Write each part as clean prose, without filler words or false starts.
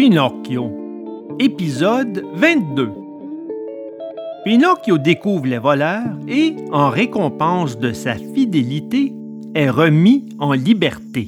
Pinocchio, épisode 22. Pinocchio découvre les voleurs et, en récompense de sa fidélité, est remis en liberté.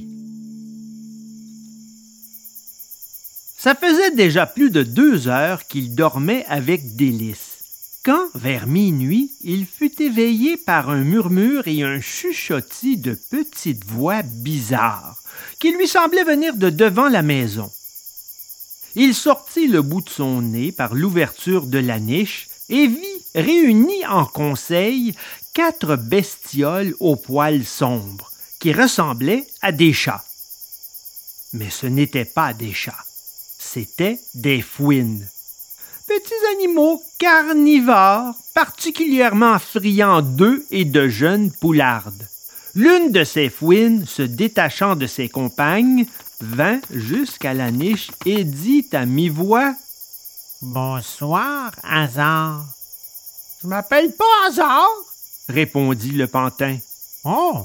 Ça faisait déjà plus de 2 heures qu'il dormait avec délice, quand, vers minuit, il fut éveillé par un murmure et un chuchotis de petites voix bizarres, qui lui semblaient venir de devant la maison. Il sortit le bout de son nez par l'ouverture de la niche et vit, réunis en conseil, 4 bestioles aux poils sombres, qui ressemblaient à des chats. Mais ce n'étaient pas des chats, c'étaient des fouines. Petits animaux carnivores, particulièrement friands d'œufs et de jeunes poulardes. L'une de ces fouines, se détachant de ses compagnes, vint jusqu'à la niche et dit à mi-voix: « Bonsoir, Hasard. »« Je m'appelle pas Hasard, » répondit le pantin. « Oh!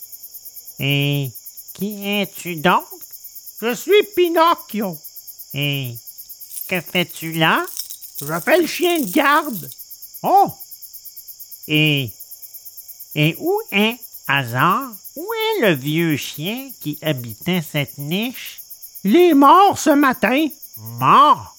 Et qui es-tu donc? »« Je suis Pinocchio. »« Et que fais-tu là? »« Je fais le chien de garde. »« Oh! Et où est Hasard? Où est le vieux chien qui habitait cette niche? »« Il est mort ce matin. »« Mort?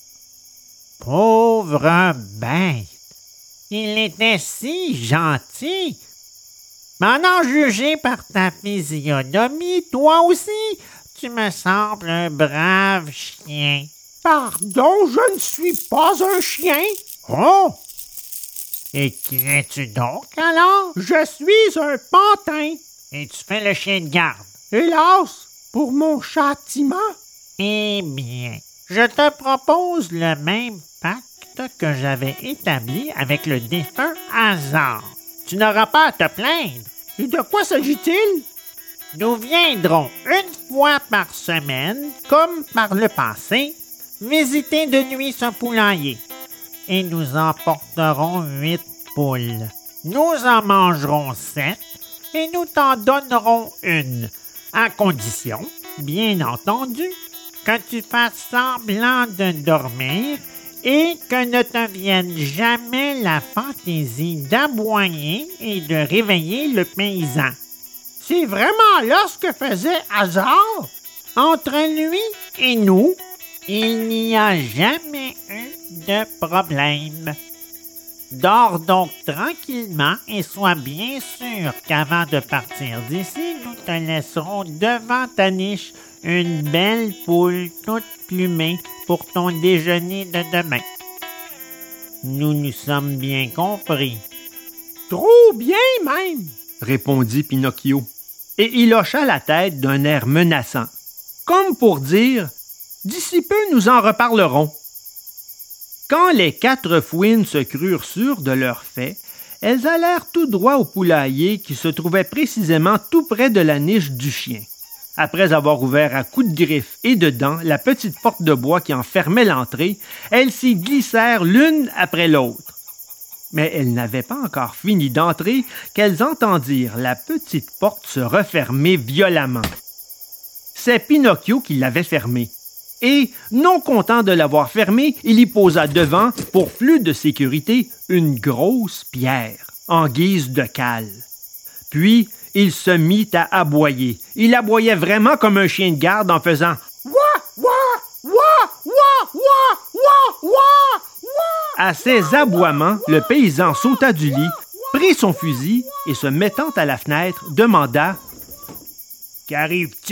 Pauvre bête! Il était si gentil! M'en juger par ta physionomie, toi aussi, tu me sembles un brave chien. »« Pardon, je ne suis pas un chien. »« Oh! Et qui es-tu donc, alors? »« Je suis un pantin. »« Et tu fais le chien de garde. »« Hélas, pour mon châtiment. »« Eh bien, je te propose le même pacte que j'avais établi avec le défunt Hasard. Tu n'auras pas à te plaindre. »« Et de quoi s'agit-il? » »« Nous viendrons une fois par semaine, comme par le passé, visiter de nuit ce poulailler. Et nous emporterons 8 poules. Nous en mangerons 7 et nous t'en donnerons une, à condition, bien entendu, que tu fasses semblant de dormir et que ne te vienne jamais la fantaisie d'aboyer et de réveiller le paysan. » C'est vraiment là ce que faisait Hasard? Entre lui et nous, il n'y a jamais eu de problème. Dors donc tranquillement et sois bien sûr qu'avant de partir d'ici, nous te laisserons devant ta niche une belle poule toute plumée pour ton déjeuner de demain. Nous nous sommes bien compris. Trop bien même, répondit Pinocchio, et il hocha la tête d'un air menaçant, comme pour dire: « D'ici peu, nous en reparlerons. » Quand les 4 fouines se crurent sûres de leur fait, elles allèrent tout droit au poulailler qui se trouvait précisément tout près de la niche du chien. Après avoir ouvert à coups de griffes et de dents la petite porte de bois qui en fermait l'entrée, elles s'y glissèrent l'une après l'autre. Mais elles n'avaient pas encore fini d'entrer qu'elles entendirent la petite porte se refermer violemment. C'est Pinocchio qui l'avait fermée. Et, non content de l'avoir fermée, il y posa devant, pour plus de sécurité, une grosse pierre, en guise de cale. Puis, il se mit à aboyer. Il aboyait vraiment comme un chien de garde en faisant « Wouah, wouah, wouah, wouah, wouah, wouah, wouah, wouah ». À ces aboiements, le paysan sauta du lit, prit son fusil et, se mettant à la fenêtre, demanda « Qu'arrive-t-il? »«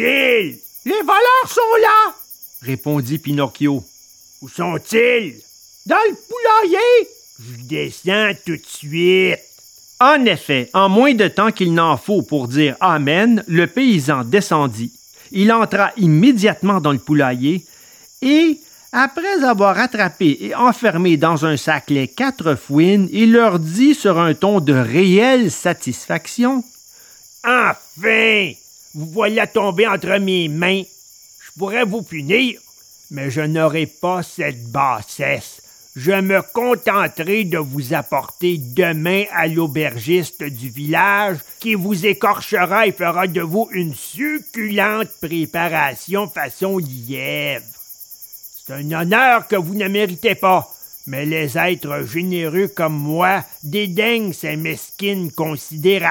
Les voleurs sont là, » répondit Pinocchio. « Où sont-ils? »« Dans le poulailler. »« Je descends tout de suite. » En effet, en moins de temps qu'il n'en faut pour dire « Amen », le paysan descendit. Il entra immédiatement dans le poulailler et, après avoir attrapé et enfermé dans un sac les 4 fouines, il leur dit sur un ton de réelle satisfaction: « Enfin! Vous voilà tombé entre mes mains. Je pourrais vous punir, mais je n'aurai pas cette bassesse. Je me contenterai de vous apporter demain à l'aubergiste du village qui vous écorchera et fera de vous une succulente préparation façon lièvre. C'est un honneur que vous ne méritez pas, mais les êtres généreux comme moi dédaignent ces mesquines considérations. »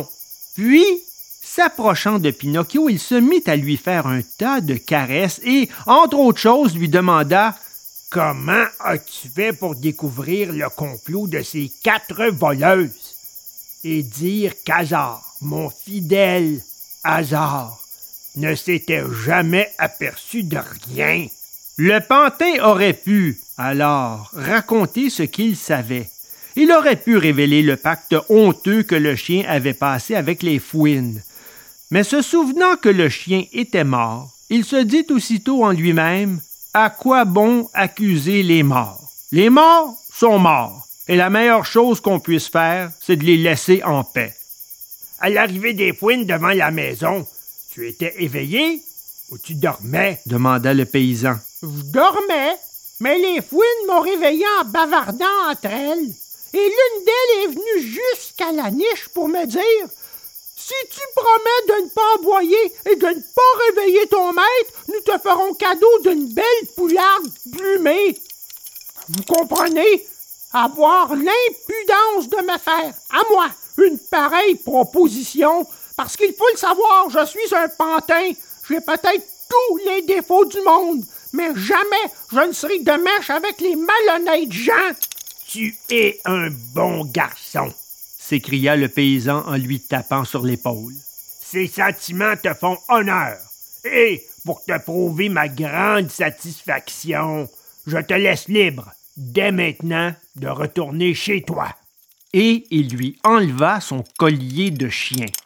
Puis, s'approchant de Pinocchio, il se mit à lui faire un tas de caresses et, entre autres choses, lui demanda « Comment as-tu fait pour découvrir le complot de ces 4 voleuses? Et dire qu'Hazard, mon fidèle Hazard, ne s'était jamais aperçu de rien. » Le pantin aurait pu, alors, raconter ce qu'il savait. Il aurait pu révéler le pacte honteux que le chien avait passé avec les fouines. Mais se souvenant que le chien était mort, il se dit aussitôt en lui-même « À quoi bon accuser les morts? Les morts sont morts, et la meilleure chose qu'on puisse faire, c'est de les laisser en paix. » À l'arrivée des fouines devant la maison, tu étais éveillé ou tu dormais? Demanda le paysan. Je dormais, mais les fouines m'ont réveillé en bavardant entre elles. Et l'une d'elles est venue jusqu'à la niche pour me dire « Si tu promets de ne pas aboyer et de ne pas réveiller ton maître, nous te ferons cadeau d'une belle poularde plumée. » Vous comprenez? Avoir l'impudence de me faire, à moi, une pareille proposition, parce qu'il faut le savoir, je suis un pantin, j'ai peut-être tous les défauts du monde, mais jamais je ne serai de mèche avec les malhonnêtes gens. « Tu es un bon garçon !» s'écria le paysan en lui tapant sur l'épaule. « Ces sentiments te font honneur, et pour te prouver ma grande satisfaction, je te laisse libre, dès maintenant, de retourner chez toi. » Et il lui enleva son collier de chien.